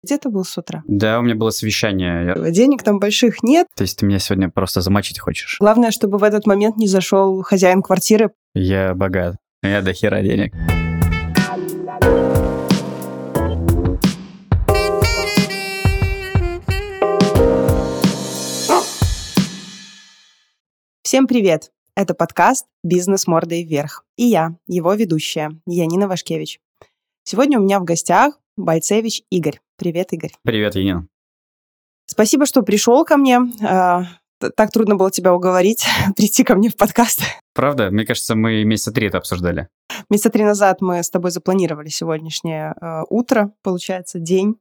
Где ты был с утра? Да, у меня было совещание. Денег там больших нет. То есть ты меня сегодня просто замочить хочешь? Главное, чтобы в этот момент не зашел хозяин квартиры. Я богат. Я до хера денег. Всем привет! Это подкаст «Бизнес мордой вверх». И я, его ведущая, Янина Вашкевич. Сегодня у меня в гостях Бойцевич Игорь. Привет, Игорь. Привет, Янина. Спасибо, что пришел ко мне. Так трудно было тебя уговорить прийти ко мне в подкаст. Правда? Мне кажется, мы месяца 3 это обсуждали. Месяца 3 назад мы с тобой запланировали сегодняшнее утро, получается, день.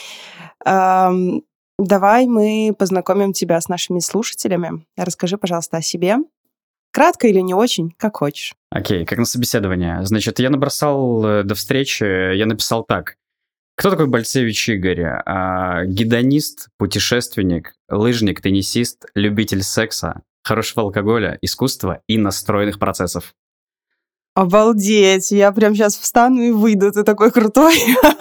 Давай мы познакомим тебя с нашими слушателями. Расскажи, пожалуйста, о себе. Кратко или не очень, как хочешь. Окей, как на собеседование. Значит, я набросал до встречи, я написал так. Кто такой Бойцевич Игорь? Гедонист, путешественник, лыжник, теннисист, любитель секса, хорошего алкоголя, искусства и настроенных процессов. Обалдеть! Я прям сейчас встану и выйду. Ты такой крутой.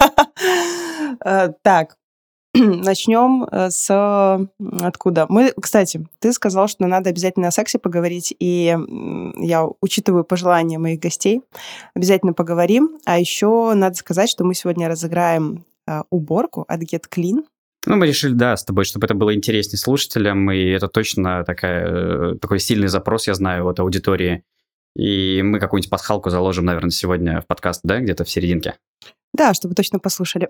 Так, начнем с... Откуда? Кстати, ты сказал, что надо обязательно о сексе поговорить, и я учитываю пожелания моих гостей. Обязательно поговорим. А еще надо сказать, что мы сегодня разыграем уборку от Get Clean. Ну, мы решили, да, с тобой, чтобы это было интереснее слушателям, и это точно такой сильный запрос, я знаю, от аудитории. И мы какую-нибудь пасхалку заложим, наверное, сегодня в подкаст, да, где-то в серединке? Да, чтобы точно послушали.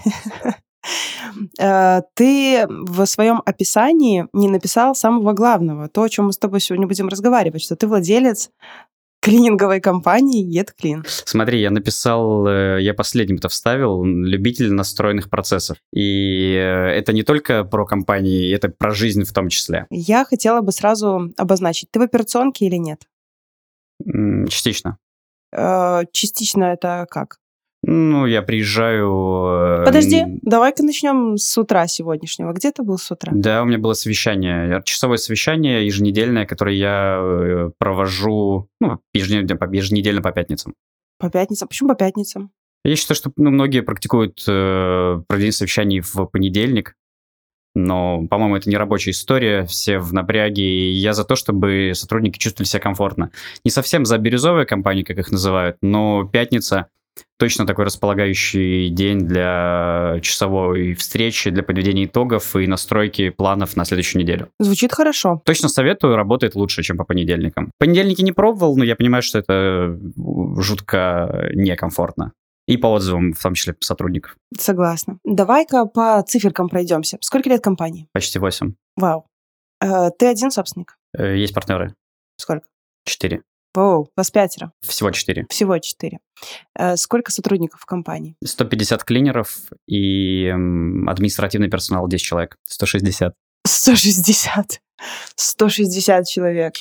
Ты в своем описании не написал самого главного, то, о чем мы с тобой сегодня будем разговаривать, что ты владелец клининговой компании Get Clean. Смотри, я последним это вставил, любитель настроенных процессов. И это не только про компании, это про жизнь в том числе. Я хотела бы сразу обозначить, ты в операционке или нет? Частично. Частично это как? Ну, я приезжаю... Подожди, давай-ка начнем с утра сегодняшнего. Где ты был с утра? Да, у меня было совещание, часовое совещание еженедельное, которое я провожу еженедельно по пятницам. По пятницам? Почему по пятницам? Я считаю, что многие практикуют проведение совещаний в понедельник, но, по-моему, это не рабочая история, все в напряге, и я за то, чтобы сотрудники чувствовали себя комфортно. Не совсем за бирюзовые компании, как их называют, но пятница точно такой располагающий день для часовой встречи, для подведения итогов и настройки планов на следующую неделю. Звучит хорошо. Точно советую, работает лучше, чем по понедельникам. Понедельники не пробовал, но я понимаю, что это жутко некомфортно. И по отзывам, в том числе сотрудников. Согласна. Давай-ка по циферкам пройдемся. Сколько лет компании? Почти 8. Вау. Ты один собственник? Есть партнеры. Сколько? 4. Оу, вас 5. Всего 4. Всего 4. Сколько сотрудников в компании? 150 клинеров и административный персонал 10 человек. 160. 160. 160 человек.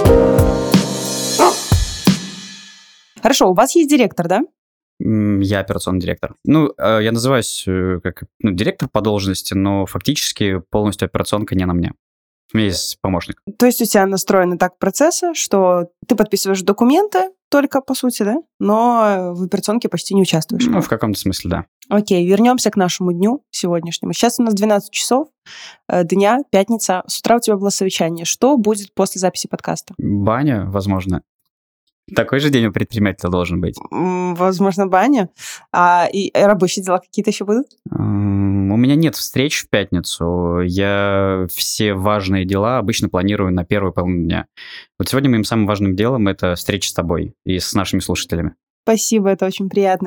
Хорошо, у вас есть директор, да? Я операционный директор. Я называюсь как директор по должности, но фактически полностью операционка не на мне. У меня есть помощник. То есть у тебя настроены так процессы, что ты подписываешь документы только, по сути, да? Но в операционке почти не участвуешь. В каком-то смысле, да. Окей, вернемся к нашему дню сегодняшнему. Сейчас у нас 12 часов дня, пятница. С утра у тебя было совещание. Что будет после записи подкаста? Баня, возможно. Такой же день у предпринимателя должен быть. Возможно, баня. И рабочие дела какие-то еще будут? У меня нет встреч в пятницу. Я все важные дела обычно планирую на первую половину дня. Вот сегодня моим самым важным делом это встреча с тобой и с нашими слушателями. Спасибо, это очень приятно.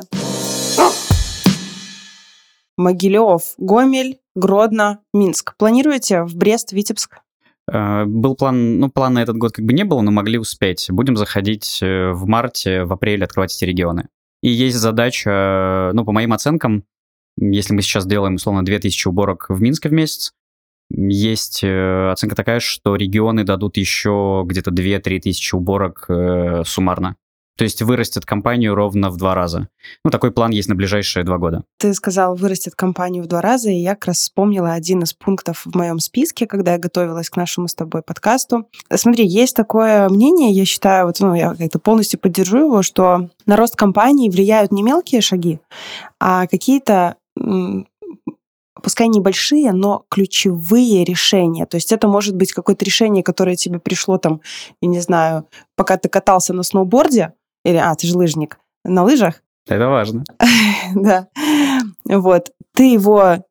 Могилев, Гомель, Гродно, Минск. Планируете в Брест, Витебск? Был план, план на этот год как бы не было, но могли успеть. Будем заходить в марте, в апреле открывать эти регионы. И есть задача, по моим оценкам, если мы сейчас делаем, условно, 2000 уборок в Минске в месяц, есть оценка такая, что регионы дадут еще где-то 2-3 тысячи уборок суммарно. То есть вырастет компанию ровно в 2 раза. Такой план есть на ближайшие 2 года. Ты сказал, вырастет компанию в 2 раза, и я как раз вспомнила один из пунктов в моем списке, когда я готовилась к нашему с тобой подкасту. Смотри, есть такое мнение, я считаю, я как-то полностью поддержу его, что на рост компании влияют не мелкие шаги, а какие-то пускай небольшие, но ключевые решения. То есть это может быть какое-то решение, которое тебе пришло там, я не знаю, пока ты катался на сноуборде, или, ты же лыжник, на лыжах. Это важно. Да. Вот. Ты его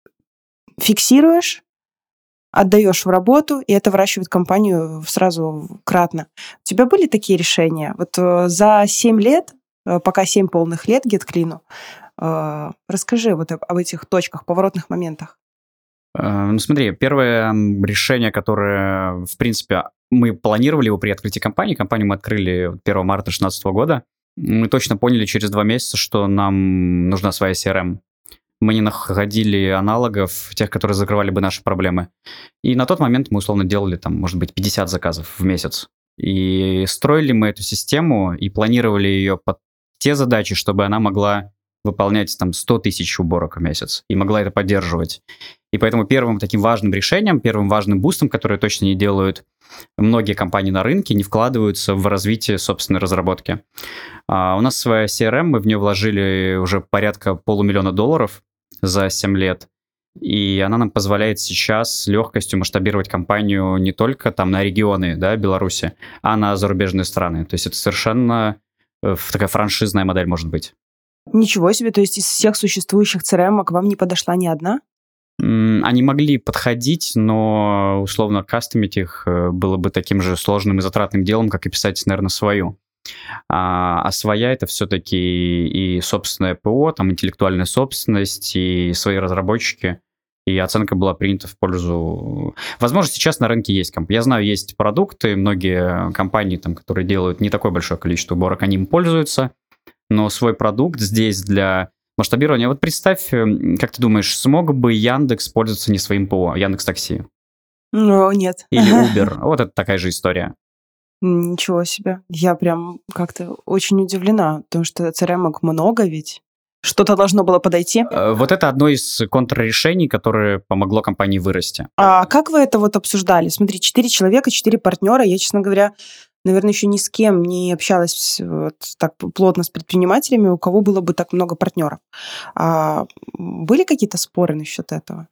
фиксируешь, отдаешь в работу, и это выращивает компанию сразу кратно. У тебя были такие решения? Вот за 7 лет, пока 7 полных лет GetClean, расскажи вот об этих точках, поворотных моментах. Ну, смотри, первое решение, которое, в принципе, мы планировали его при открытии компании. Компанию мы открыли 1 марта 2016 года. Мы точно поняли через 2 месяца, что нам нужна своя CRM. Мы не находили аналогов, тех, которые закрывали бы наши проблемы. И на тот момент мы условно делали, там, может быть, 50 заказов в месяц. И строили мы эту систему и планировали ее под те задачи, чтобы она могла выполнять там 100 тысяч уборок в месяц и могла это поддерживать. И поэтому первым таким важным решением, первым важным бустом, который точно не делают многие компании на рынке, не вкладываются в развитие собственной разработки. У нас своя CRM, мы в нее вложили уже порядка $500 000 за 7 лет. И она нам позволяет сейчас с легкостью масштабировать компанию не только там на регионы, да, Беларуси, а на зарубежные страны. То есть это совершенно такая франшизная модель может быть. Ничего себе, то есть из всех существующих CRM к вам не подошла ни одна? Они могли подходить, но условно кастомить их было бы таким же сложным и затратным делом, как и писать, наверное, свою. А своя это все-таки и собственное ПО, там интеллектуальная собственность, и свои разработчики. И оценка была принята в пользу... Возможно, сейчас на рынке есть... Я знаю, есть продукты, многие компании, там, которые делают не такое большое количество уборок, они им пользуются, но свой продукт здесь для масштабирования... Вот представь, как ты думаешь, смог бы Яндекс пользоваться не своим ПО, Яндекс.Такси? Ну, нет. Или Uber? Вот это такая же история. Ничего себе. Я прям как-то очень удивлена, потому что CRM много ведь. Что-то должно было подойти. Вот это одно из контррешений, которое помогло компании вырасти. А как вы это вот обсуждали? Смотри, 4 человека, 4 партнера. Я, честно говоря, наверное, еще ни с кем не общалась вот так плотно с предпринимателями, у кого было бы так много партнеров. Были какие-то споры насчет этого?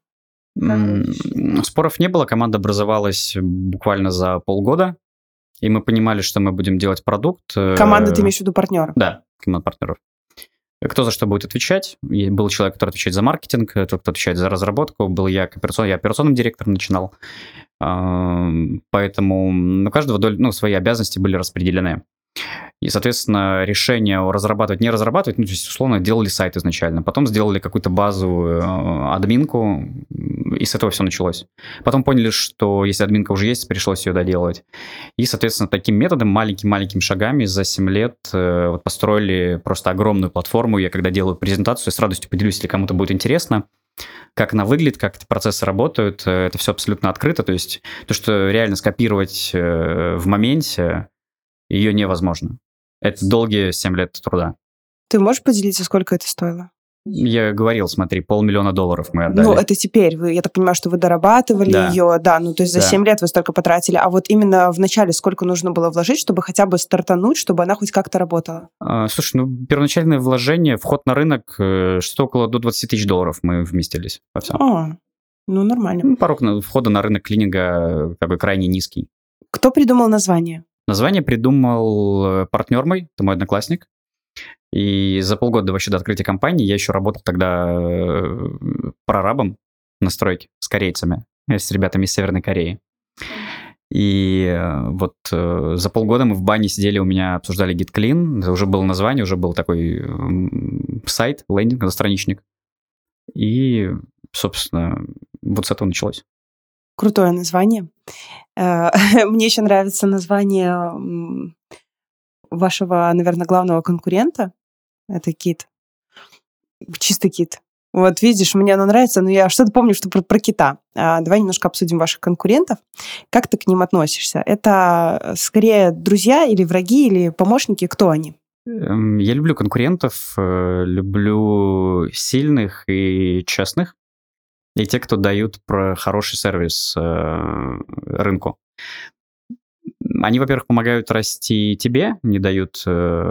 Споров не было. Команда образовалась буквально за полгода. И мы понимали, что мы будем делать продукт. Команда, ты имеешь в виду партнеров? Да, команда партнеров. Кто за что будет отвечать? Был человек, который отвечает за маркетинг, тот, кто отвечает за разработку. Был я операционным директором начинал. Поэтому у каждого свои обязанности были распределены. И, соответственно, решение разрабатывать, не разрабатывать, то есть, условно, делали сайт изначально. Потом сделали какую-то базовую админку, и с этого все началось. Потом поняли, что если админка уже есть, пришлось ее доделывать. И, соответственно, таким методом, маленькими шагами за 7 лет построили просто огромную платформу. Я когда делаю презентацию, с радостью поделюсь, если кому-то будет интересно, как она выглядит, как эти процессы работают. Это все абсолютно открыто. То есть то, что реально скопировать в моменте, ее невозможно. Это долгие 7 лет труда. Ты можешь поделиться, сколько это стоило? Я говорил, смотри, $500 000 мы отдали. Ну, это теперь. Я так понимаю, что вы дорабатывали ее, да, то есть за 7 лет вы столько потратили. А вот именно в начале сколько нужно было вложить, чтобы хотя бы стартануть, чтобы она хоть как-то работала? Слушай, первоначальное вложение, вход на рынок, что-то около до $20 000 мы вместились во всем. Нормально. Порог входа на рынок клининга как бы крайне низкий. Кто придумал название? Название придумал партнер мой, это мой одноклассник. И за полгода вообще до открытия компании я еще работал тогда прорабом на стройке с корейцами, с ребятами из Северной Кореи. И вот за полгода мы в бане сидели, у меня обсуждали GetClean, это уже было название, уже был такой сайт, лендинг, страничник. И, собственно, вот с этого началось. Крутое название. Мне еще нравится название вашего, наверное, главного конкурента. Это кит. Чисто кит. Вот видишь, мне оно нравится, но я что-то помню, что про кита. Давай немножко обсудим ваших конкурентов. Как ты к ним относишься? Это скорее друзья или враги, или помощники? Кто они? Я люблю конкурентов, люблю сильных и честных. И те, кто дают про хороший сервис рынку. Они, во-первых, помогают расти тебе, не дают,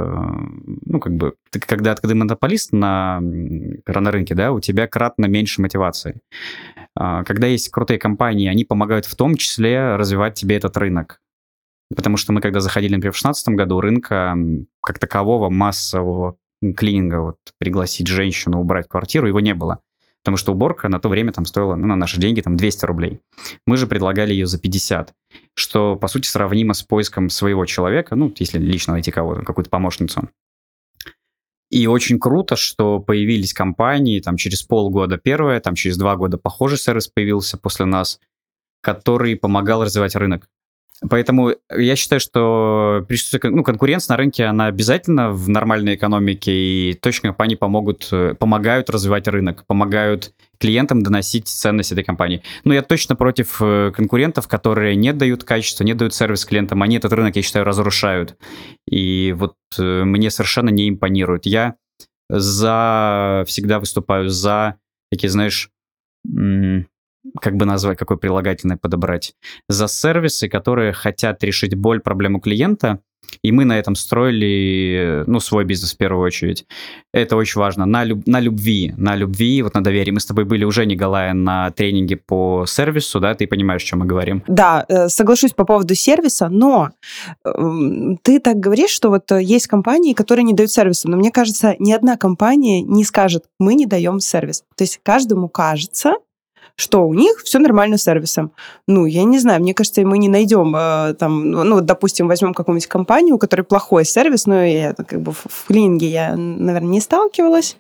когда ты монополист на рынке, да, у тебя кратно меньше мотивации. Когда есть крутые компании, они помогают в том числе развивать тебе этот рынок. Потому что мы, когда заходили, например, в 2016 году, рынка как такового массового клининга, вот пригласить женщину убрать квартиру, его не было. Потому что уборка на то время там стоила, на наши деньги, там 200 рублей. Мы же предлагали ее за 50, что, по сути, сравнимо с поиском своего человека, если лично найти кого-то, какую-то помощницу. И очень круто, что появились компании, там, через полгода первое, там, через 2 года похожий сервис появился после нас, который помогал развивать рынок. Поэтому я считаю, что присутствие, конкуренция на рынке, она обязательно в нормальной экономике, и точно компании помогают развивать рынок, помогают клиентам доносить ценность этой компании. Но я точно против конкурентов, которые не дают качество, не дают сервис клиентам. Они этот рынок, я считаю, разрушают. И вот мне совершенно не импонирует. Я всегда выступаю за такие, знаешь, как бы назвать, какое прилагательное подобрать, за сервисы, которые хотят решить боль, проблему клиента, и мы на этом строили, свой бизнес в первую очередь. Это очень важно. На любви, вот на доверии. Мы с тобой были уже, Николая, на тренинге по сервису, да, ты понимаешь, о чем мы говорим. Да, соглашусь по поводу сервиса, но ты так говоришь, что вот есть компании, которые не дают сервиса, но мне кажется, ни одна компания не скажет, мы не даем сервис. То есть каждому кажется, что у них все нормально с сервисом. Я не знаю, мне кажется, мы не найдем допустим, возьмем какую-нибудь компанию, у которой плохой сервис, я в клининге я, наверное, не сталкивалась.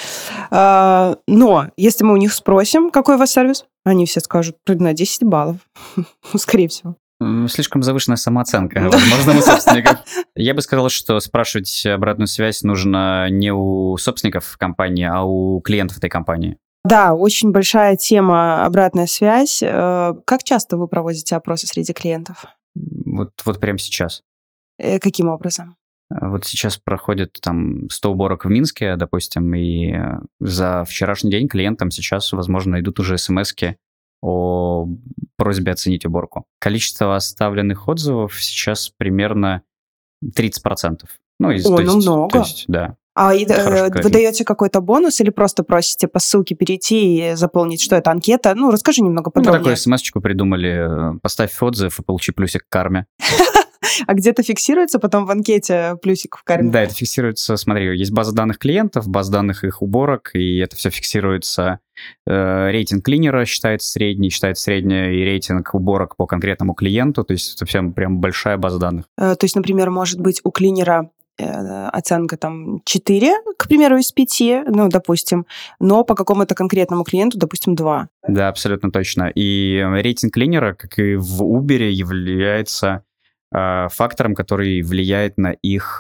Но если мы у них спросим, какой у вас сервис, они все скажут, на 10 баллов, скорее всего. Слишком завышенная самооценка, возможно, у собственников. Я бы сказал, что спрашивать обратную связь нужно не у собственников компании, а у клиентов этой компании. Да, очень большая тема обратная связь. Как часто вы проводите опросы среди клиентов? Вот прямо сейчас. Каким образом? Вот сейчас проходит там 100 уборок в Минске, допустим, и за вчерашний день клиентам сейчас, возможно, идут уже смс-ки о просьбе оценить уборку. Количество оставленных отзывов сейчас примерно 30%. Много. То есть, да. А вы даете какой-то бонус или просто просите по ссылке перейти и заполнить, что это анкета? Расскажи немного подробнее. Мы такую смс-очку придумали. Поставь отзыв и получи плюсик к карме. А где-то фиксируется потом в анкете плюсик в карме? Да, это фиксируется, смотри, есть база данных клиентов, база данных их уборок, и это все фиксируется. Рейтинг клинера считается средний и рейтинг уборок по конкретному клиенту, то есть это всем прям большая база данных. То есть, например, может быть у клинера оценка 4, к примеру, из 5, допустим, но по какому-то конкретному клиенту, допустим, 2. Да, абсолютно точно. И рейтинг клинера, как и в Uber, является фактором, который влияет на их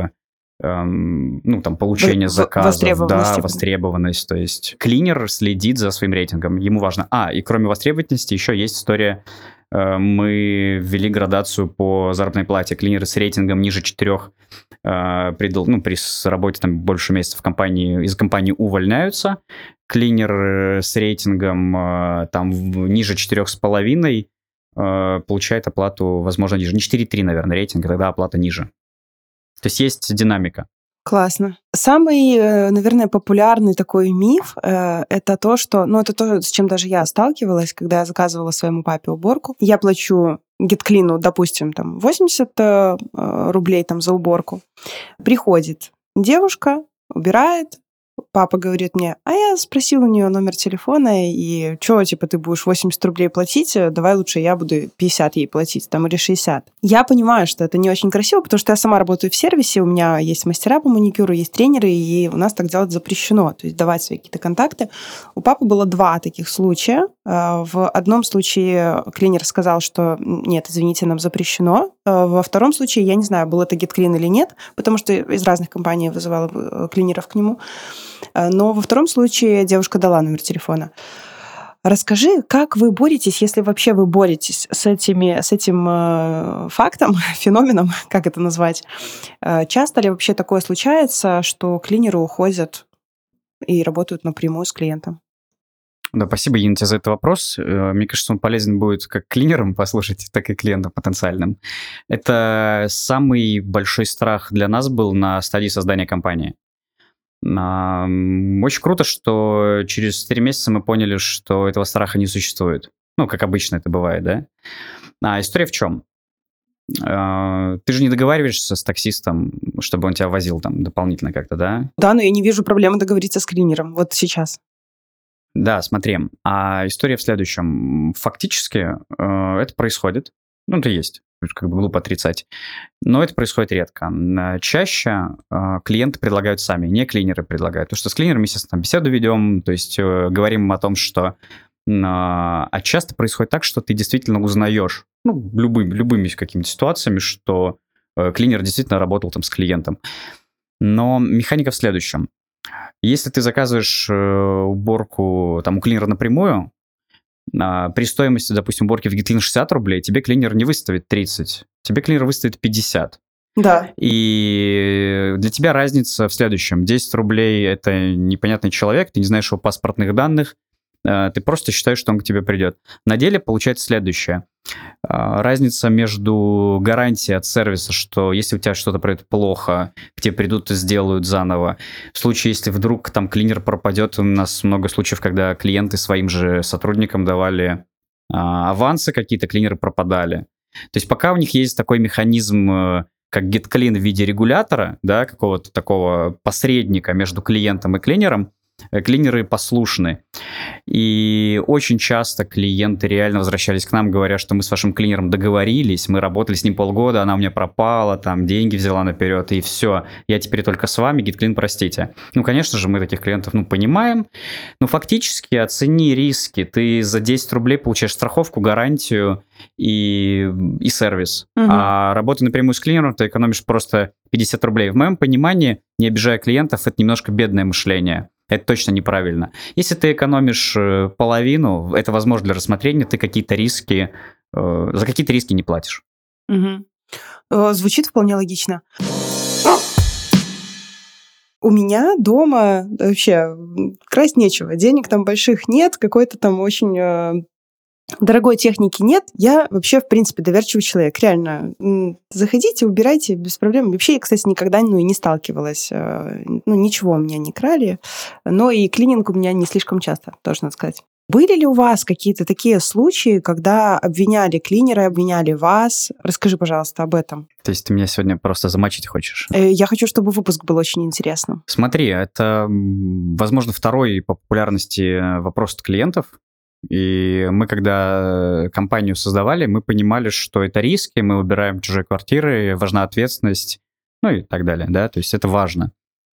получение заказов, востребованность. То есть клинер следит за своим рейтингом, ему важно. И кроме востребованности еще есть история. Мы ввели градацию по заработной плате. Клинеры с рейтингом ниже 4 при работе больше месяцев из компании увольняются. Клинер с рейтингом ниже 4,5 получает оплату, возможно, ниже. Не 4,3, наверное, рейтинг, тогда оплата ниже. То есть динамика. Классно. Самый, наверное, популярный такой миф это то, что... это то, с чем даже я сталкивалась, когда я заказывала своему папе уборку. Я плачу GetClean, допустим, 80 рублей за уборку. Приходит девушка, убирает, папа говорит мне, я спросил у нее номер телефона, и что, ты будешь 80 рублей платить, давай лучше я буду 50 ей платить, или 60. Я понимаю, что это не очень красиво, потому что я сама работаю в сервисе, у меня есть мастера по маникюру, есть тренеры, и у нас так делать запрещено, то есть давать свои какие-то контакты. У папы было 2 таких случая. В одном случае клинер сказал, что нет, извините, нам запрещено. Во втором случае, я не знаю, был это GetClean или нет, потому что из разных компаний вызывала клинеров к нему. Но во втором случае девушка дала номер телефона. Расскажи, как вы боретесь, если вообще вы боретесь с этим фактом, феноменом, как это назвать? Часто ли вообще такое случается, что клинеры уходят и работают напрямую с клиентом? Да, спасибо, Инна, тебе за этот вопрос. Мне кажется, он полезен будет как клинерам послушать, так и клиентам потенциальным. Это самый большой страх для нас был на стадии создания компании. Очень круто, что через 4 месяца мы поняли, что этого страха не существует. Ну, как обычно это бывает, да? А история в чем? Ты же не договариваешься с таксистом, чтобы он тебя возил там дополнительно как-то, да? Да, но я не вижу проблемы договориться с клинером вот сейчас. Да, смотри, история в следующем. Фактически это происходит, ну, это есть, как бы глупо отрицать, но это происходит редко. Чаще клиенты предлагают сами, не клинеры предлагают. Потому что с клинерами, естественно, там беседу ведем, то есть говорим о том, что... А часто происходит так, что ты действительно узнаешь, ну, любыми какими-то ситуациями, что клинер действительно работал там с клиентом. Но механика в следующем. Если ты заказываешь уборку там у клинера напрямую, при стоимости, допустим, уборки в GitClean 60 рублей, тебе клинер не выставит 30, тебе клинер выставит 50. Да. И для тебя разница в следующем. 10 рублей – это непонятный человек, ты не знаешь его паспортных данных, ты просто считаешь, что он к тебе придет. На деле получается следующее. Разница между гарантией от сервиса, что если у тебя что-то пройдет плохо, к тебе придут и сделают заново. В случае, если вдруг там клинер пропадет, у нас много случаев, когда клиенты своим же сотрудникам давали авансы какие-то, клинеры пропадали. То есть пока у них есть такой механизм, как GetClean в виде регулятора, да, какого-то такого посредника между клиентом и клинером, клинеры послушны. И очень часто клиенты реально возвращались к нам, говоря, что мы с вашим клинером договорились, мы работали с ним полгода, она у меня пропала, там деньги взяла наперед, и все, я теперь только с вами, GitClean, простите. Ну, конечно же, мы таких клиентов, понимаем, но фактически оцени риски. Ты за 10 рублей получаешь страховку, гарантию и сервис. Угу. А работая напрямую с клинером, ты экономишь просто 50 рублей. В моем понимании, не обижая клиентов, это немножко бедное мышление. Это точно неправильно. Если ты экономишь половину, это возможно для рассмотрения, ты какие-то риски, за какие-то риски не платишь. Угу. Звучит вполне логично. У меня дома вообще красть нечего. Денег там больших нет, какой-то там очень дорогой техники нет. Я вообще, в принципе, доверчивый человек. Реально, заходите, убирайте, без проблем. Вообще, я, кстати, никогда не сталкивалась. Ничего у меня не крали. Но и клининг у меня не слишком часто, тоже надо сказать. Были ли у вас какие-то такие случаи, когда обвиняли клинера, обвиняли вас? Расскажи, пожалуйста, об этом. То есть ты меня сегодня просто замочить хочешь? Я хочу, чтобы выпуск был очень интересным. Смотри, это, возможно, второй по популярности вопрос от клиентов. И мы, когда компанию создавали, мы понимали, что это риски, мы убираем чужие квартиры, важна ответственность, и так далее, да, то есть это важно.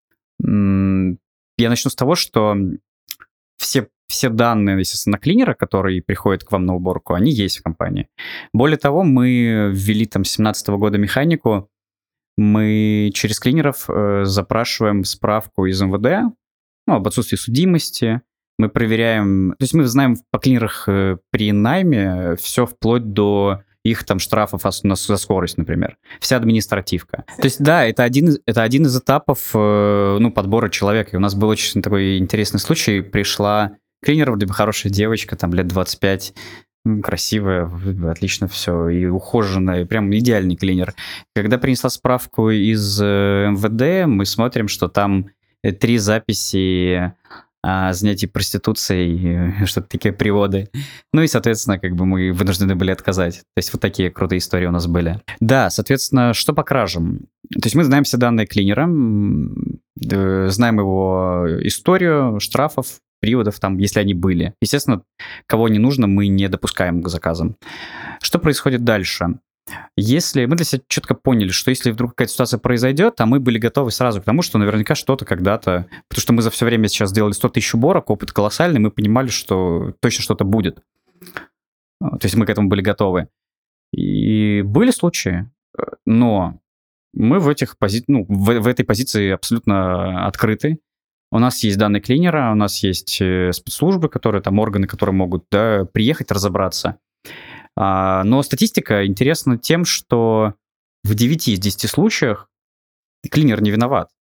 Я начну с того, что все данные, естественно, клинера, которые приходят к вам на уборку, они есть в компании. Более того, мы ввели там с 2017 года механику, мы через клинеров запрашиваем справку из МВД, об отсутствии судимости. Мы проверяем, то есть мы знаем по клинерах при найме все вплоть до их там штрафов за скорость, например. Вся административка. То есть, да, это один из этапов подбора человека. И у нас был очень такой интересный случай. Пришла клинер, вроде бы хорошая девочка, там лет 25, красивая, отлично все, и ухоженная, прям идеальный клинер. Когда принесла справку из МВД, мы смотрим, что там 3 записи о занятии проституцией, что-то такие приводы. И, соответственно, мы вынуждены были отказать. То есть вот такие крутые истории у нас были. Да, соответственно, что по кражам? То есть мы знаем все данные клинера, знаем его историю штрафов, приводов, там, если они были. Естественно, кого не нужно, мы не допускаем к заказам. Что происходит дальше? Если мы для себя четко поняли, что если вдруг какая-то ситуация произойдет, а мы были готовы сразу к тому, что наверняка что-то когда-то... Потому что мы за все время сейчас сделали 100 тысяч уборок, опыт колоссальный, мы понимали, что точно что-то будет. То есть мы к этому были готовы. И были случаи, но мы в этой позиции абсолютно открыты. У нас есть данные клинера, у нас есть спецслужбы, органы, которые могут приехать, разобраться. Но статистика интересна тем, что в 9 из 10 случаях клинер не виноват.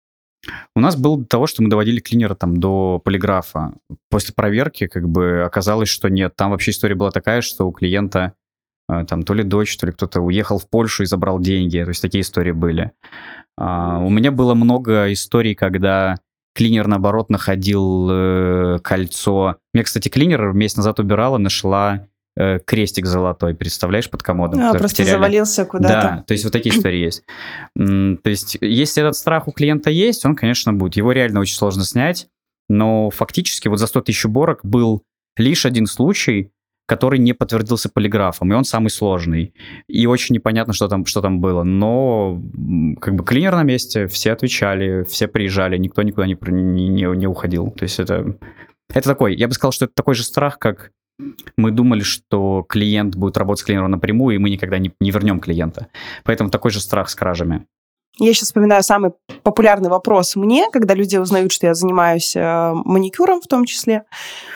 У нас было до того, что мы доводили клинера там до полиграфа. После проверки как бы оказалось, что нет. Там вообще история была такая, что у клиента там то ли дочь, то ли кто-то уехал в Польшу и забрал деньги. То есть такие истории были. У меня было много историй, когда клинер, наоборот, находил кольцо. Меня, кстати, клинер месяц назад убирала, нашла крестик золотой, представляешь, под комодом. Просто потеряли. Завалился куда-то. Да, то есть вот такие истории есть. То есть если этот страх у клиента есть, он, конечно, будет. Его реально очень сложно снять, но фактически вот за 100 тысяч уборок был лишь один случай, который не подтвердился полиграфом, и он самый сложный. И очень непонятно, что там было. Но как бы клинер на месте, все отвечали, все приезжали, никто никуда не уходил. То есть это такой, я бы сказал, что это такой же страх, как мы думали, что клиент будет работать с клинером напрямую, и мы никогда не вернем клиента. Поэтому такой же страх с кражами. Я сейчас вспоминаю самый популярный вопрос мне, когда люди узнают, что я занимаюсь маникюром в том числе,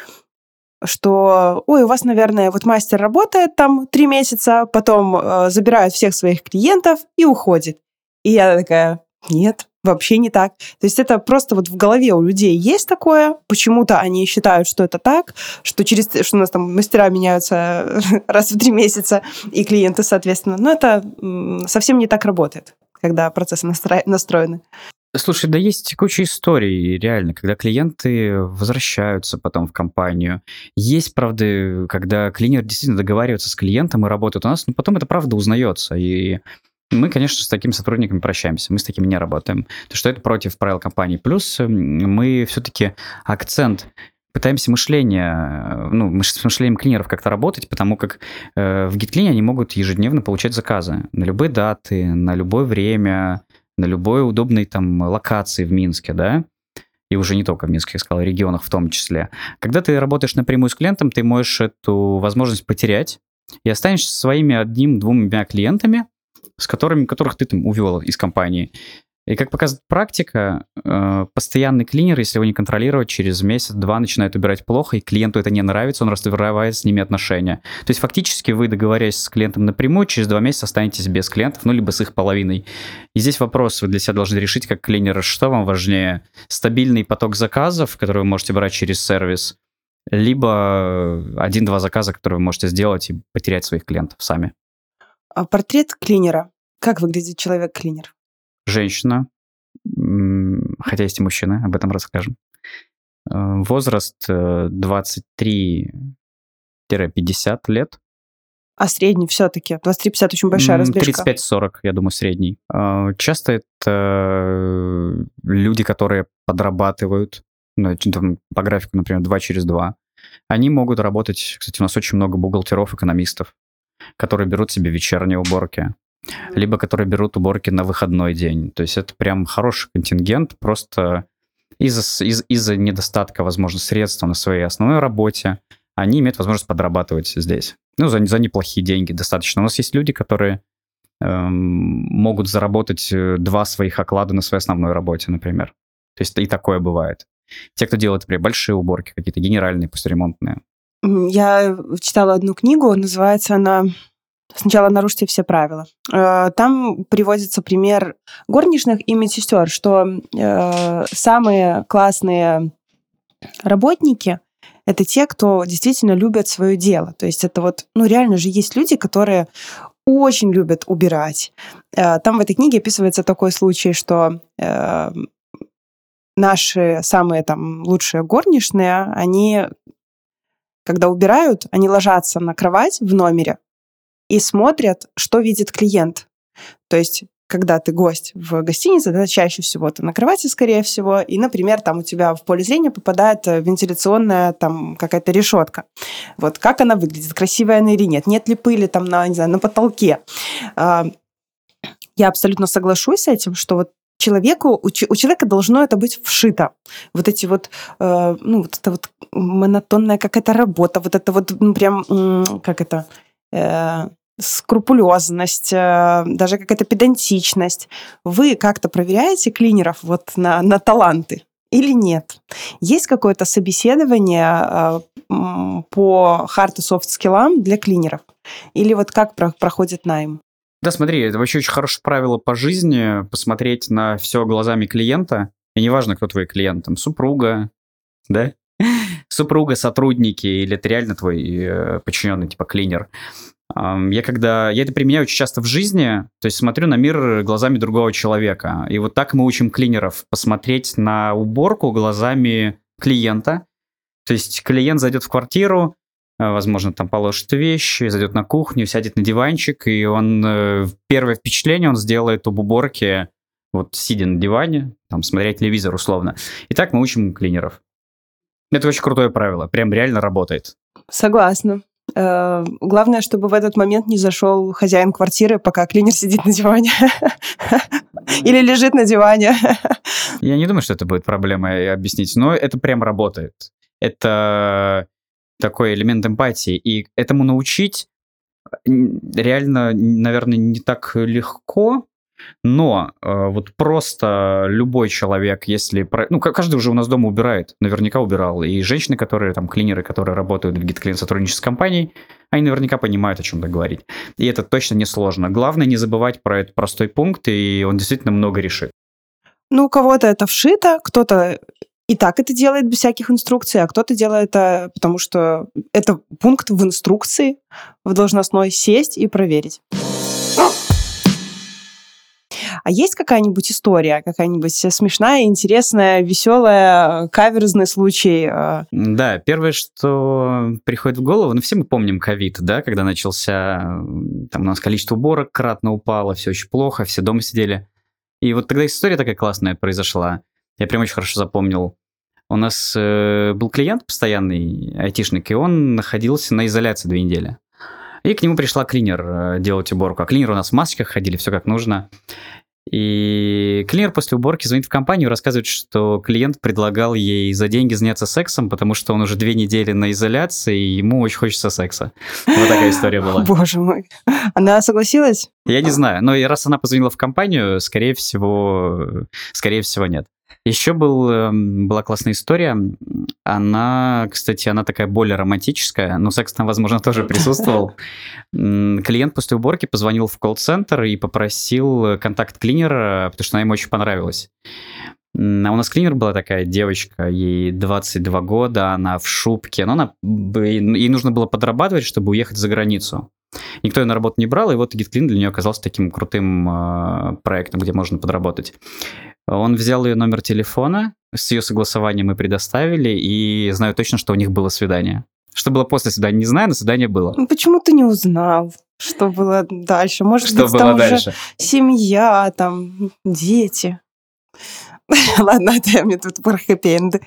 что, ой, у вас, наверное, вот мастер работает там 3 месяца, потом забирает всех своих клиентов и уходит. И я такая, нет, вообще не так. То есть это просто вот в голове у людей есть такое, почему-то они считают, что это так, что у нас там мастера меняются раз в 3 месяца, и клиенты, соответственно. Но это совсем не так работает, когда процессы настроены. Слушай, да есть куча историй, реально, когда клиенты возвращаются потом в компанию. Есть, правда, когда клинер действительно договаривается с клиентом и работает у нас, но потом это правда узнается. И мы, конечно, с такими сотрудниками прощаемся, мы с такими не работаем. Потому что это против правил компании. Плюс мы все-таки акцент пытаемся с мышлением клинеров как-то работать, потому как в GitClean они могут ежедневно получать заказы на любые даты, на любое время, на любой удобной там локации в Минске, да, и уже не только в Минске, я сказал, регионах в том числе. Когда ты работаешь напрямую с клиентом, ты можешь эту возможность потерять и останешься со своими 1-2 клиентами, которых ты там увел из компании. И как показывает практика, постоянный клинер, если его не контролировать, через месяц-два начинает убирать плохо, и клиенту это не нравится, он разрывает с ними отношения. То есть фактически вы, договорясь с клиентом напрямую, через 2 месяца останетесь без клиентов, либо с их половиной. И здесь вопрос вы для себя должны решить, как клинеры, что вам важнее: стабильный поток заказов, который вы можете брать через сервис, либо 1-2 заказа, которые вы можете сделать и потерять своих клиентов сами. А портрет клинера. Как выглядит человек-клинер? Женщина, хотя есть и мужчины, об этом расскажем. Возраст 23-50 лет. А средний все-таки? 23-50 очень большая разбежка. 35-40, я думаю, средний. Часто это люди, которые подрабатывают, по графику, например, 2 через 2. Они могут работать, кстати, у нас очень много бухгалтеров, экономистов, которые берут себе вечерние уборки, либо которые берут уборки на выходной день. То есть это прям хороший контингент, просто из-за недостатка, возможно, средств на своей основной работе они имеют возможность подрабатывать здесь. За неплохие деньги достаточно. У нас есть люди, которые могут заработать 2 своих оклада на своей основной работе, например. То есть и такое бывает. Те, кто делает, например, большие уборки, какие-то генеральные, послеремонтные. Я читала одну книгу, называется она «Сначала нарушьте все правила». Там приводится пример горничных и медсестер, что самые классные работники – это те, кто действительно любят свое дело. То есть это реально же есть люди, которые очень любят убирать. Там в этой книге описывается такой случай, что наши самые лучшие горничные, они, когда убирают, они ложатся на кровать в номере и смотрят, что видит клиент. То есть, когда ты гость в гостинице, да, чаще всего ты на кровати, скорее всего, и, например, там у тебя в поле зрения попадает вентиляционная какая-то решетка. Вот как она выглядит, красивая она или нет, нет ли пыли на потолке. Я абсолютно соглашусь с этим, что у человека должно это быть вшито. Эта монотонная какая-то работа, скрупулезность, даже какая-то педантичность. Вы как-то проверяете клинеров на таланты или нет? Есть какое-то собеседование по hard и soft скиллам для клинеров? Или как проходит найм? Да, смотри, это вообще очень хорошее правило по жизни, посмотреть на все глазами клиента И неважно, кто твой клиент, там, супруга, да? Супруга, сотрудники, или это реально твой подчиненный, типа клинер. Я это применяю очень часто в жизни, то есть смотрю на мир глазами другого человека. И вот так мы учим клинеров посмотреть на уборку глазами клиента. То есть клиент зайдет в квартиру, возможно, там положит вещи, зайдет на кухню, сядет на диванчик, и он первое впечатление он сделает об уборке, вот сидя на диване, там, смотря телевизор условно. И так мы учим клинеров. Это очень крутое правило, прям реально работает. Согласна. Главное, чтобы в этот момент не зашел хозяин квартиры, пока клинер сидит на диване. Или лежит на диване. Я не думаю, что это будет проблемой объяснить, но это прям работает. Это такой элемент эмпатии. И этому научить реально, наверное, не так легко, но вот просто любой человек, если... Ну, каждый уже у нас дома убирает, наверняка убирал. И женщины, которые, там, клинеры, которые работают в GitClean сотрудничестве с компанией, они наверняка понимают, о чем-то говорить. И это точно не сложно. Главное не забывать про этот простой пункт, и он действительно много решит. Ну, у кого-то это вшито, кто-то и так это делает без всяких инструкций, а кто-то делает это, потому что это пункт в инструкции, в должностной сесть и проверить. А есть какая-нибудь история, какая-нибудь смешная, интересная, веселая, каверзный случай? Да, первое, что приходит в голову, ну, все мы помним ковид, да, когда начался, там у нас количество уборок кратно упало, все очень плохо, все дома сидели. И вот тогда история такая классная произошла. Я прям очень хорошо запомнил. У нас был клиент постоянный, айтишник, и он находился на изоляции 2 недели. И к нему пришла клинер делать уборку. А клинеры у нас в масочках ходили, все как нужно. И клинер после уборки звонит в компанию и рассказывает, что клиент предлагал ей за деньги заняться сексом, потому что он уже 2 недели на изоляции, и ему очень хочется секса. Вот такая история была. Боже мой. Она согласилась? Я не знаю, но раз она позвонила в компанию, скорее всего нет. Еще была классная история. Она, кстати, такая более романтическая, но секс там, возможно, тоже присутствовал. Клиент после уборки позвонил в колл-центр и попросил контакт клинера, потому что она ему очень понравилась. А у нас клинер была такая девочка, ей 22 года, она в шубке, но ей нужно было подрабатывать, чтобы уехать за границу. Никто ее на работу не брал, и вот GitClean для нее оказался таким крутым проектом, где можно подработать. Он взял ее номер телефона, с ее согласованием мы предоставили, и знаю точно, что у них было свидание. Что было после свидания, не знаю, но свидание было. Ну, почему ты не узнал, что было дальше? Может что быть, было там дальше? Уже семья, там, дети. Ладно, это мне тут про хэппи-энды.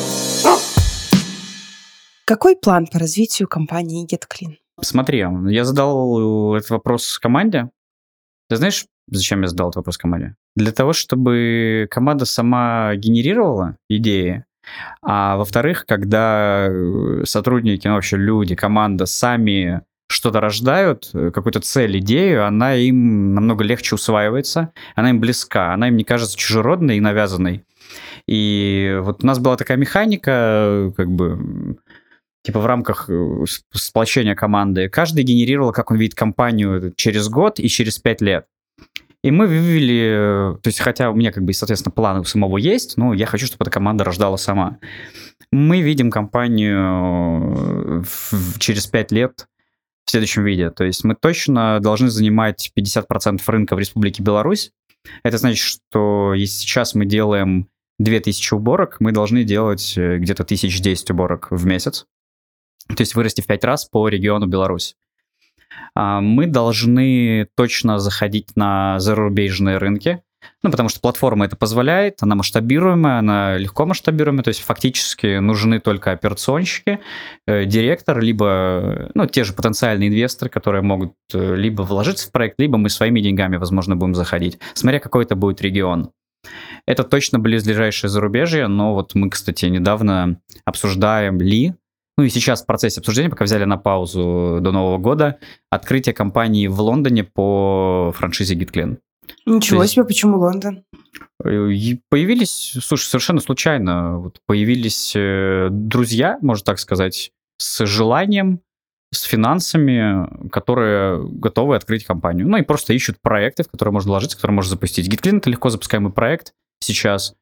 Какой план по развитию компании GitClean? Смотри, я задал этот вопрос команде. Ты знаешь, зачем я задал этот вопрос команде? Для того, чтобы команда сама генерировала идеи, а во-вторых, когда сотрудники, ну, вообще люди, команда сами что-то рождают, какую-то цель, идею, она им намного легче усваивается, она им близка, она им не кажется чужеродной и навязанной. И вот у нас была такая механика, как бы... типа в рамках сплочения команды, каждый генерировал, как он видит компанию через год и через 5 лет. И мы вывели, то есть хотя у меня как бы, соответственно, планы у самого есть, но я хочу, чтобы эта команда рождала сама. Мы видим компанию через 5 лет в следующем виде. То есть мы точно должны занимать 50% рынка в Республике Беларусь. Это значит, что если сейчас мы делаем 2000 уборок, мы должны делать где-то 1010 уборок в месяц. То есть вырасти в 5 раз по региону Беларусь. Мы должны точно заходить на зарубежные рынки, ну, потому что платформа это позволяет, она масштабируемая, она легко масштабируемая, то есть фактически нужны только операционщики, директор, либо, ну, те же потенциальные инвесторы, которые могут либо вложиться в проект, либо мы своими деньгами, возможно, будем заходить, смотря какой это будет регион. Это точно близлежащее зарубежье, но вот мы, кстати, недавно обсуждаем ну и сейчас в процессе обсуждения, пока взяли на паузу до Нового года, открытие компании в Лондоне по франшизе GitClean. Ничего себе, почему Лондон? Появились, слушай, совершенно случайно, вот появились друзья, можно так сказать, с желанием, с финансами, которые готовы открыть компанию. Ну и просто ищут проекты, в которые можно вложиться, в которые можно запустить. GitClean — это легко запускаемый проект сейчас.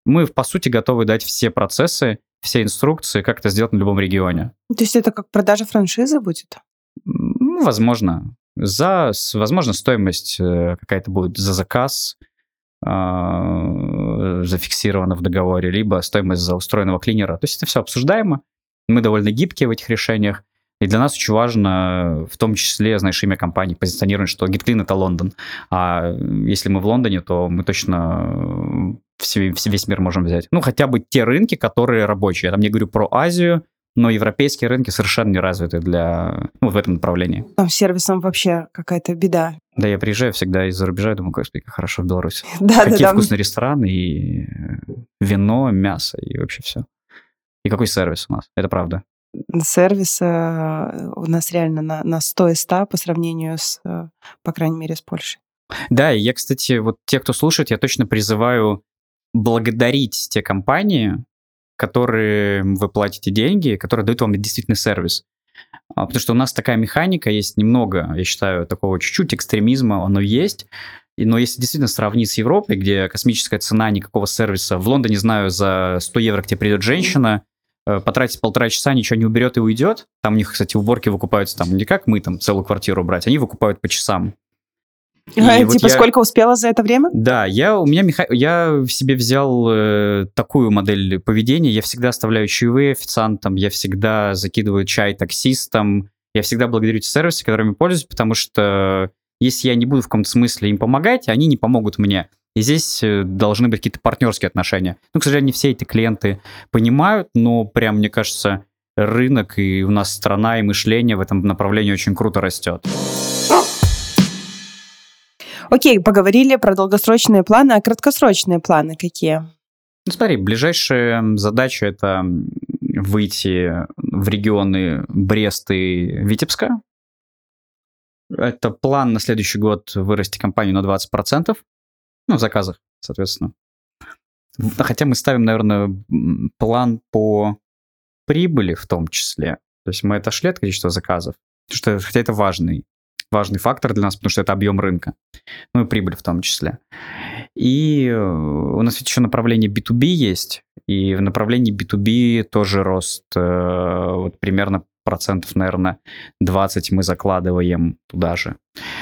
Мы, по сути, готовы дать все процессы, все инструкции, как это сделать на любом регионе. То есть это как продажа франшизы будет? Возможно. Возможно, стоимость какая-то будет за заказ, зафиксирована в договоре, либо стоимость за устроенного клинера. То есть это все обсуждаемо. Мы довольно гибкие в этих решениях. И для нас очень важно, в том числе, знаешь, имя компании, позиционировать, что GetClean — это Лондон. А если мы в Лондоне, то мы точно весь мир можем взять. Ну, хотя бы те рынки, которые рабочие. Я там не говорю про Азию, но европейские рынки совершенно не развиты в этом направлении. Там с сервисом вообще какая-то беда. Да, я приезжаю всегда из-за рубежа и думаю, господи, как хорошо в Беларуси. Да, Какие да, вкусные рестораны, и вино, мясо, и вообще все. И какой сервис у нас, это правда. Сервис у нас реально на 100 из 100 по сравнению с, по крайней мере, с Польшей. Да, и я, кстати, вот те, кто слушает, я точно призываю благодарить те компании, которые вы платите деньги, которые дают вам действительно сервис. Потому что у нас такая механика, есть немного, я считаю, такого чуть-чуть экстремизма, оно есть. Но если действительно сравнить с Европой, где космическая цена, никакого сервиса, в Лондоне, знаю, за 100 евро к тебе придет женщина, потратить 1,5 часа, ничего не уберет и уйдет. Там у них, кстати, уборки выкупаются там не как мы там целую квартиру брать, они выкупают по часам. Сколько успела за это время? Да, я в себе взял такую модель поведения. Я всегда оставляю чаевые официантам, я всегда закидываю чай таксистам, я всегда благодарю те сервисы, которыми пользуюсь, потому что если я не буду в каком-то смысле им помогать, они не помогут мне. И здесь должны быть какие-то партнерские отношения. Ну, к сожалению, не все эти клиенты понимают, но прям, мне кажется, рынок и у нас страна, и мышление в этом направлении очень круто растет. Окей, поговорили про долгосрочные планы, а краткосрочные планы какие? Ну, смотри, ближайшая задача — это выйти в регионы Брест и Витебска. Это план на следующий год вырасти компанию на 20%. Ну, в заказах, соответственно. Хотя мы ставим, наверное, план по прибыли в том числе. То есть мы отошли от количества заказов, хотя это важный фактор для нас, потому что это объем рынка. Ну и прибыль в том числе. И у нас ведь еще направление B2B есть, и в направлении B2B тоже рост вот примерно процентов, наверное, 20 мы закладываем туда же.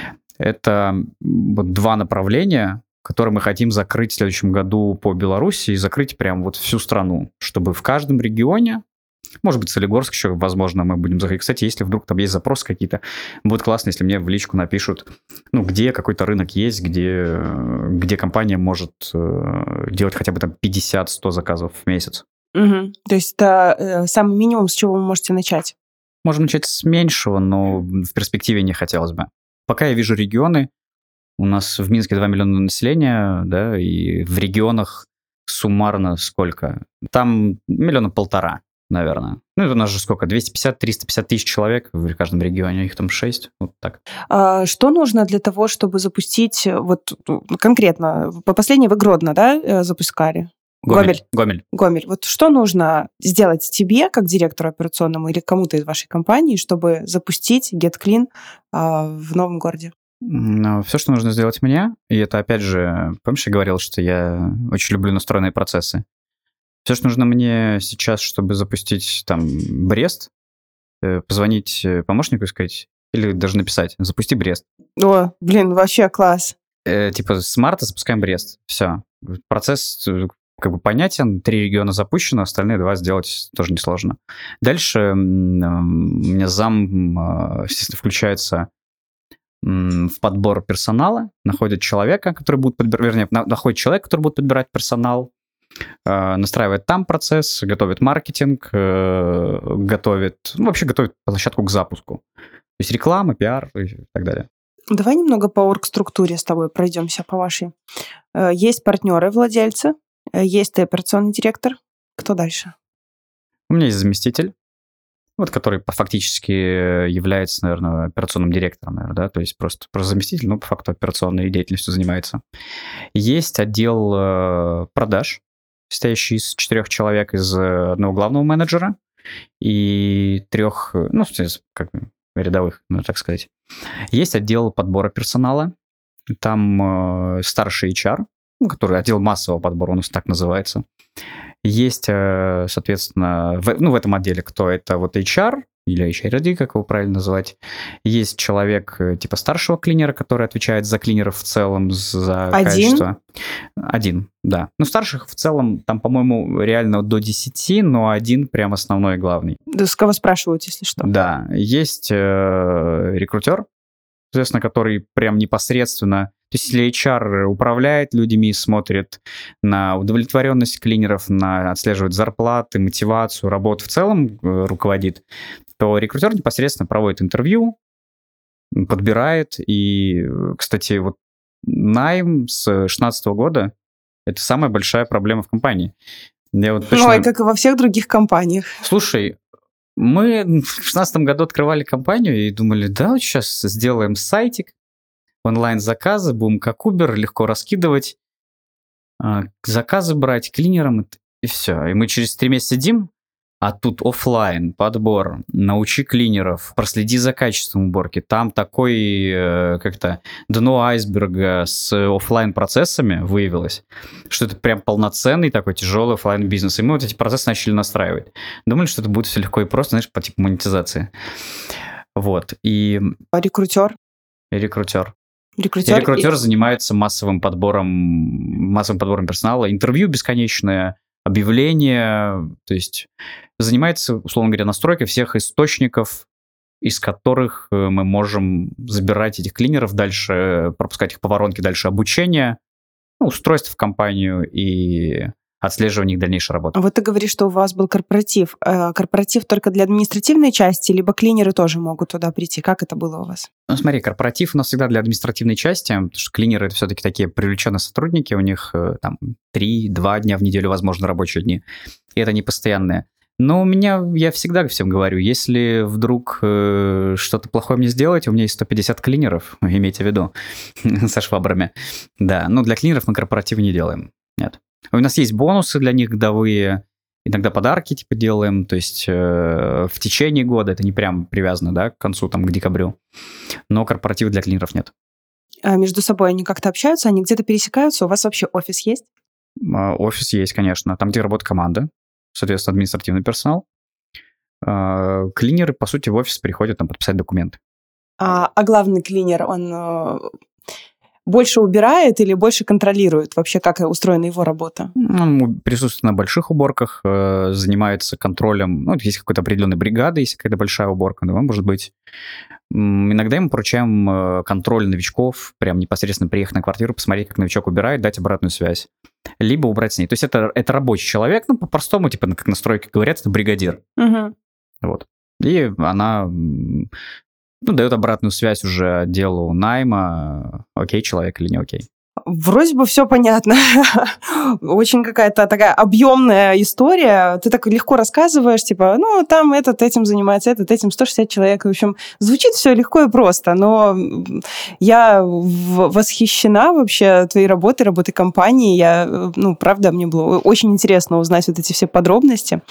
Это вот два направления, которые мы хотим закрыть в следующем году по Беларуси и закрыть прям вот всю страну, чтобы в каждом регионе, может быть, Солигорск еще, возможно, мы будем заходить. Кстати, если вдруг там есть запросы какие-то, будет классно, если мне в личку напишут, ну, где какой-то рынок есть, где компания может делать хотя бы там 50-100 заказов в месяц. Угу. То есть это самый минимум, с чего вы можете начать? Можем начать с меньшего, но в перспективе не хотелось бы. Пока я вижу регионы, у нас в Минске 2 миллиона населения, да, и в регионах суммарно сколько? Там 1,5 миллиона, наверное. Ну, это у нас же сколько? 250-350 тысяч человек в каждом регионе, их там 6, вот так. Что нужно для того, чтобы запустить, вот конкретно, по последней вы Гродно, да, запускали? Гомель. Вот что нужно сделать тебе, как директору операционному, или кому-то из вашей компании, чтобы запустить GetClean в новом городе? Все, что нужно сделать мне, и это, опять же, помнишь, я говорил, что я очень люблю настроенные процессы. Все, что нужно мне сейчас, чтобы запустить там Брест, позвонить помощнику и сказать, или даже написать, запусти Брест. О, блин, вообще класс. Типа с марта запускаем Брест. Все. Процесс как бы понятен, 3 региона запущено, остальные 2 сделать тоже несложно. Дальше у меня зам, естественно, включается в подбор персонала, находит человека, который будет находит человека, который будет подбирать персонал, настраивает там процесс, готовит маркетинг, готовит площадку к запуску. То есть реклама, пиар и так далее. Давай немного по оргструктуре с тобой пройдемся по вашей. Есть партнеры, владельцы, есть ты операционный директор. Кто дальше? У меня есть заместитель, вот, который фактически является, наверное, операционным директором, наверное, да, то есть просто заместитель, но по факту операционной деятельностью занимается. Есть отдел продаж, состоящий из 4 человек, из одного главного менеджера и 3, ну, как бы рядовых, так сказать. Есть отдел подбора персонала, там старший HR, который отдел массового подбора, он у нас так называется. Есть, соответственно, в этом отделе кто? Это вот HR или HRD, как его правильно называть. Есть человек типа старшего клинера, который отвечает за клинеров в целом, за качество. Один, да. Ну, старших в целом там, по-моему, реально до 10, но один прям основной и главный. Да, с кого спрашивают, если что. Да. Есть рекрутер, соответственно, который прям непосредственно... То есть если HR управляет людьми, смотрит на удовлетворенность клинеров, отслеживает зарплаты, мотивацию, работу в целом руководит, то рекрутер непосредственно проводит интервью, подбирает. И, кстати, вот найм с 2016 года — это самая большая проблема в компании. Ой, как и во всех других компаниях. Слушай, мы в 2016 году открывали компанию и думали, да, вот сейчас сделаем сайтик, онлайн-заказы, будем как Uber, легко раскидывать, заказы брать клинерам, и все. И мы через 3 месяца сидим, а тут офлайн, подбор, научи клинеров, проследи за качеством уборки. Там такой, как-то, дно айсберга с офлайн процессами выявилось, что это прям полноценный такой тяжелый офлайн бизнес. И мы вот эти процессы начали настраивать. Думали, что это будет все легко и просто, знаешь, по типу монетизации. Вот. И... Рекрутер? Рекрутер занимается массовым подбором персонала, интервью бесконечное, объявления, то есть занимается, условно говоря, настройкой всех источников, из которых мы можем забирать этих клинеров дальше, пропускать их по воронке дальше обучения, устройств в компанию и отслеживание их дальнейшей работы. Вот ты говоришь, что у вас был корпоратив. Корпоратив только для административной части, либо клинеры тоже могут туда прийти? Как это было у вас? Ну, смотри, корпоратив у нас всегда для административной части, потому что клинеры — это все-таки такие привлеченные сотрудники, у них там 3-2 дня в неделю, возможно, рабочие дни, и это не постоянные. Но я всегда всем говорю, если вдруг что-то плохое мне сделаете, у меня есть 150 клинеров, имейте в виду, со швабрами. Да, но для клинеров мы корпоративы не делаем, нет. У нас есть бонусы для них годовые, иногда подарки типа делаем, то есть в течение года, это не прям привязано, да, к концу, там, к декабрю, но корпоративы для клинеров нет. А между собой они как-то общаются, они где-то пересекаются? У вас вообще офис есть? Офис есть, конечно, там, где работает команда, соответственно, административный персонал. Клинеры, по сути, в офис приходят там подписать документы. А главный клинер, он... больше убирает или больше контролирует вообще, как устроена его работа? Он присутствует на больших уборках, занимается контролем. Ну, есть какая-то определенная бригада, если какая-то большая уборка, да, может быть. Иногда ему поручаем контроль новичков, прям непосредственно приехать на квартиру, посмотреть, как новичок убирает, дать обратную связь. Либо убрать с ней. То есть это рабочий человек, ну, по-простому, типа, как на стройке говорят, это бригадир. Угу. Вот. И она... дает обратную связь уже отделу найма, окей человек или не окей. Вроде бы все понятно. Очень какая-то такая объемная история. Ты так легко рассказываешь, типа, там этот этим занимается, этот этим, 160 человек. В общем, звучит все легко и просто, но я восхищена вообще твоей работой компании. Правда, мне было очень интересно узнать вот эти все подробности.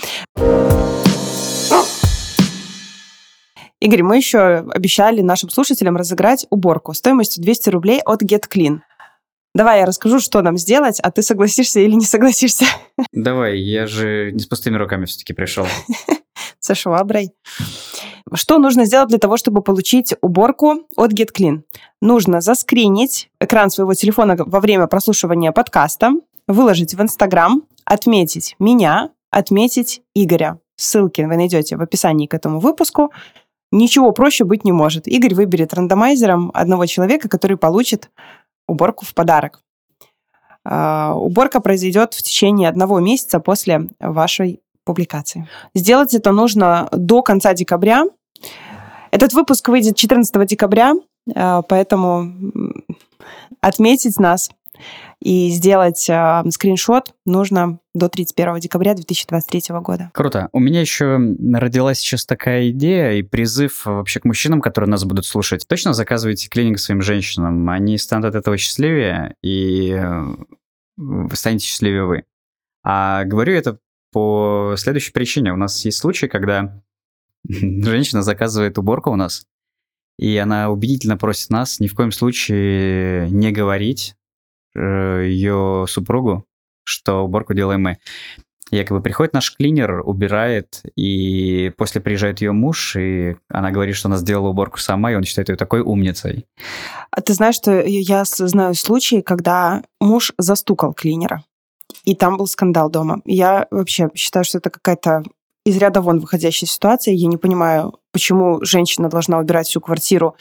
Игорь, мы еще обещали нашим слушателям разыграть уборку стоимостью 200 рублей от GetClean. Давай я расскажу, что нам сделать, а ты согласишься или не согласишься? Давай, я же не с пустыми руками все-таки пришел. Со шваброй. Что нужно сделать для того, чтобы получить уборку от GetClean? Нужно заскринить экран своего телефона во время прослушивания подкаста, выложить в Инстаграм, отметить меня, отметить Игоря. Ссылки вы найдете в описании к этому выпуску. Ничего проще быть не может. Игорь выберет рандомайзером одного человека, который получит уборку в подарок. Уборка произойдет в течение 1 месяца после вашей публикации. Сделать это нужно до конца декабря. Этот выпуск выйдет 14 декабря, поэтому отметить нас и сделать скриншот нужно до 31 декабря 2023 года. Круто. У меня еще родилась сейчас такая идея и призыв вообще к мужчинам, которые нас будут слушать. Точно заказывайте клининг своим женщинам. Они станут от этого счастливее, и вы станете счастливее вы. А говорю это по следующей причине. У нас есть случай, когда женщина заказывает уборку у нас, и она убедительно просит нас ни в коем случае не говорить, ее супругу, что уборку делаем мы. Якобы приходит наш клинер, убирает, и после приезжает ее муж, и она говорит, что она сделала уборку сама, и он считает ее такой умницей. А ты знаешь, что я знаю случаи, когда муж застукал клинера, и там был скандал дома. Я вообще считаю, что это какая-то из ряда вон выходящая ситуация. Я не понимаю, почему женщина должна убирать всю квартиру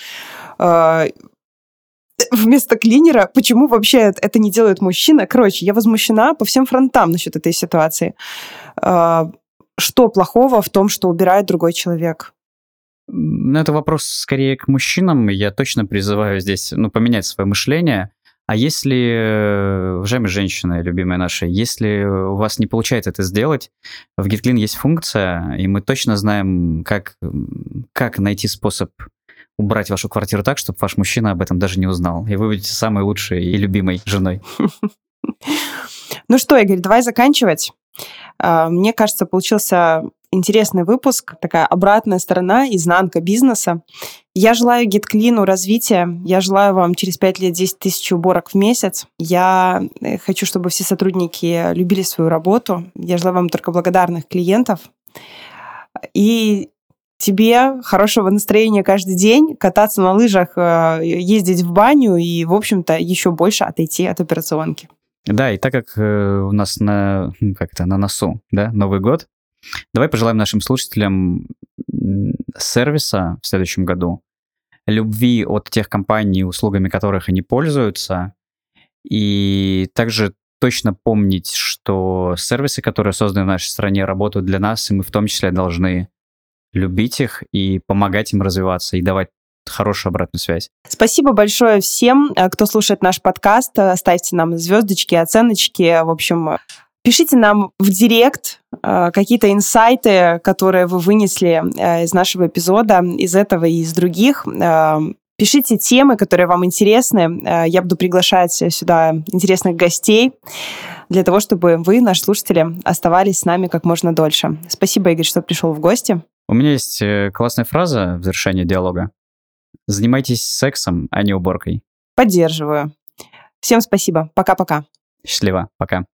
вместо клинера. Почему вообще это не делает мужчина? Короче, я возмущена по всем фронтам насчет этой ситуации. Что плохого в том, что убирает другой человек? Ну, это вопрос скорее к мужчинам. Я точно призываю здесь, поменять свое мышление. А если, уважаемые женщины, любимые наши, если у вас не получается это сделать, в GetClean есть функция, и мы точно знаем, как найти способ убрать вашу квартиру так, чтобы ваш мужчина об этом даже не узнал. И вы будете самой лучшей и любимой женой. Ну что, Игорь, давай заканчивать. Мне кажется, получился интересный выпуск, такая обратная сторона, изнанка бизнеса. Я желаю GetClean развития. Я желаю вам через 5 лет 10 тысяч уборок в месяц. Я хочу, чтобы все сотрудники любили свою работу. Я желаю вам только благодарных клиентов. И тебе хорошего настроения каждый день, кататься на лыжах, ездить в баню и, в общем-то, еще больше отойти от операционки. Да, и так как у нас на носу, да, Новый год, давай пожелаем нашим слушателям сервиса в следующем году, любви от тех компаний, услугами которых они пользуются, и также точно помнить, что сервисы, которые созданы в нашей стране, работают для нас, и мы в том числе должны любить их и помогать им развиваться, и давать хорошую обратную связь. Спасибо большое всем, кто слушает наш подкаст. Ставьте нам звездочки, оценочки. В общем, пишите нам в директ какие-то инсайты, которые вы вынесли из нашего эпизода, из этого и из других. Пишите темы, которые вам интересны. Я буду приглашать сюда интересных гостей для того, чтобы вы, наши слушатели, оставались с нами как можно дольше. Спасибо, Игорь, что пришел в гости. У меня есть классная фраза в завершении диалога. Занимайтесь сексом, а не уборкой. Поддерживаю. Всем спасибо. Пока-пока. Счастливо. Пока.